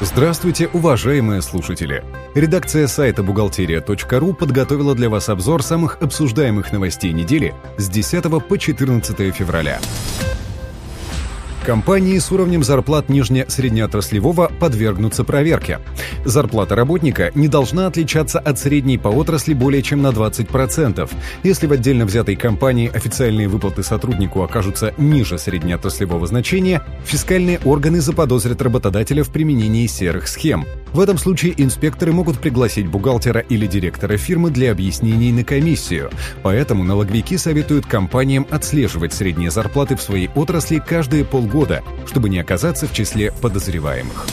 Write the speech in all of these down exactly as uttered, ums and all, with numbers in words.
Здравствуйте, уважаемые слушатели! Редакция сайта бухгалтерия точка ру подготовила для вас обзор самых обсуждаемых новостей недели с десятого по четырнадцатое февраля. Компании с уровнем зарплат ниже среднеотраслевого подвергнутся проверке. Зарплата работника не должна отличаться от средней по отрасли более чем на двадцать процентов. Если в отдельно взятой компании официальные выплаты сотруднику окажутся ниже среднеотраслевого значения, фискальные органы заподозрят работодателя в применении серых схем. В этом случае инспекторы могут пригласить бухгалтера или директора фирмы для объяснений на комиссию. Поэтому налоговики советуют компаниям отслеживать средние зарплаты в своей отрасли каждые полгода, чтобы не оказаться в числе подозреваемых.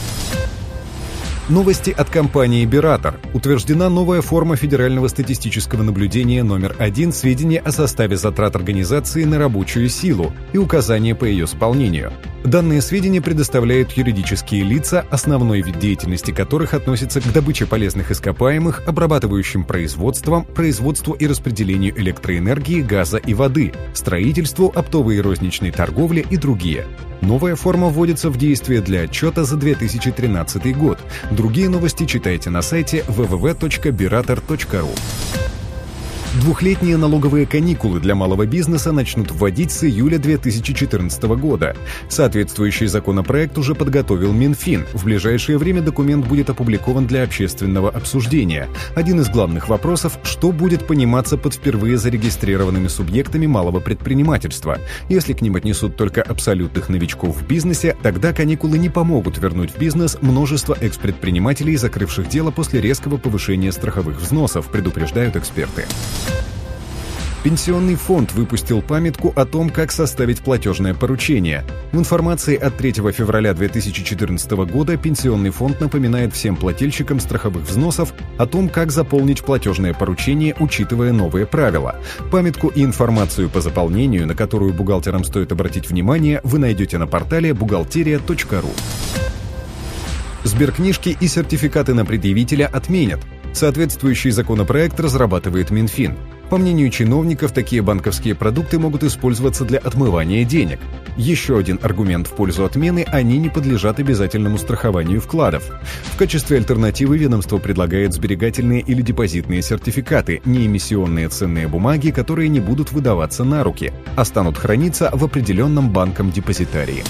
Новости от компании «Биратор». Утверждена новая форма федерального статистического наблюдения номер один «Сведения о составе затрат организации на рабочую силу» и указания по ее исполнению. Данные сведения предоставляют юридические лица, основной вид деятельности которых относится к добыче полезных ископаемых, обрабатывающим производством, производству и распределению электроэнергии, газа и воды, строительству, оптовой и розничной торговле и другие. Новая форма вводится в действие для отчета за две тысячи тринадцатый год. Другие новости читайте на сайте дабл ю дабл ю дабл ю точка биратор точка ру. Двухлетние налоговые каникулы для малого бизнеса начнут вводить с июля две тысячи четырнадцатого года. Соответствующий законопроект уже подготовил Минфин. В ближайшее время документ будет опубликован для общественного обсуждения. Один из главных вопросов – что будет пониматься под впервые зарегистрированными субъектами малого предпринимательства. Если к ним отнесут только абсолютных новичков в бизнесе, тогда каникулы не помогут вернуть в бизнес множество экс-предпринимателей, закрывших дело после резкого повышения страховых взносов, предупреждают эксперты. Пенсионный фонд выпустил памятку о том, как составить платежное поручение. В информации от третьего февраля две тысячи четырнадцатого года Пенсионный фонд напоминает всем плательщикам страховых взносов о том, как заполнить платежное поручение, учитывая новые правила. Памятку и информацию по заполнению, на которую бухгалтерам стоит обратить внимание, вы найдете на портале бухгалтерия точка ру. Сберкнижки и сертификаты на предъявителя отменят. Соответствующий законопроект разрабатывает Минфин. По мнению чиновников, такие банковские продукты могут использоваться для отмывания денег. Еще один аргумент в пользу отмены – они не подлежат обязательному страхованию вкладов. В качестве альтернативы ведомство предлагает сберегательные или депозитные сертификаты, неэмиссионные ценные бумаги, которые не будут выдаваться на руки, а станут храниться в определенном банком депозитарии.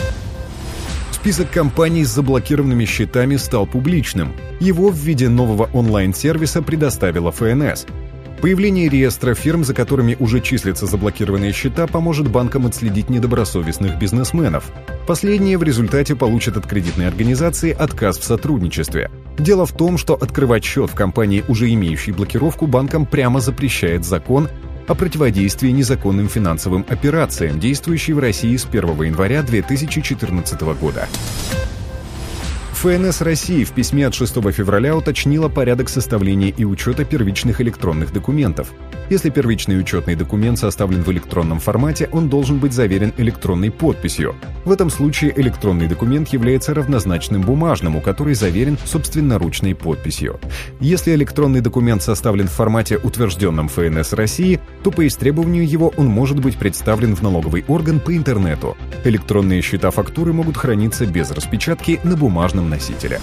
Список компаний с заблокированными счетами стал публичным. Его в виде нового онлайн-сервиса предоставила эф эн эс. Появление реестра фирм, за которыми уже числятся заблокированные счета, поможет банкам отследить недобросовестных бизнесменов. Последние в результате получат от кредитной организации отказ в сотрудничестве. Дело в том, что открывать счет в компании, уже имеющей блокировку, банкам прямо запрещает закон о противодействии незаконным финансовым операциям, действующий в России с первого января две тысячи четырнадцатого года. эф эн эс России в письме от шестого февраля уточнила порядок составления и учета первичных электронных документов. Если первичный учетный документ составлен в электронном формате, он должен быть заверен электронной подписью. В этом случае электронный документ является равнозначным бумажному, который заверен собственноручной подписью. Если электронный документ составлен в формате, утвержденном эф эн эс России, то по истребованию его он может быть представлен в налоговый орган по интернету. Электронные счета-фактуры могут храниться без распечатки на бумажном носителе.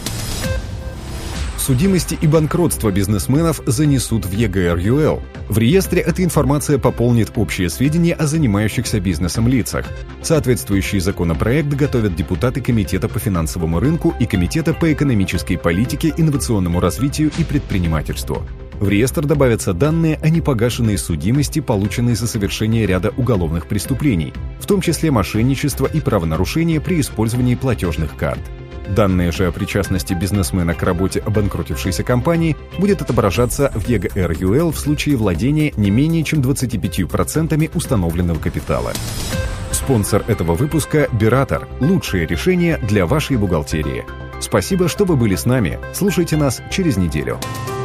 Судимости и банкротство бизнесменов занесут в е гэ эр ю эл. В реестре эта информация пополнит общие сведения о занимающихся бизнесом лицах. Соответствующий законопроект готовят депутаты Комитета по финансовому рынку и Комитета по экономической политике, инновационному развитию и предпринимательству. В реестр добавятся данные о непогашенной судимости, полученной за совершение ряда уголовных преступлений, в том числе мошенничество и правонарушения при использовании платежных карт. Данные же о причастности бизнесмена к работе обанкротившейся компании будет отображаться в е гэ эр ю эл в случае владения не менее чем двадцатью пятью процентами установленного капитала. Спонсор этого выпуска – Биратор. Лучшее решение для вашей бухгалтерии. Спасибо, что вы были с нами. Слушайте нас через неделю.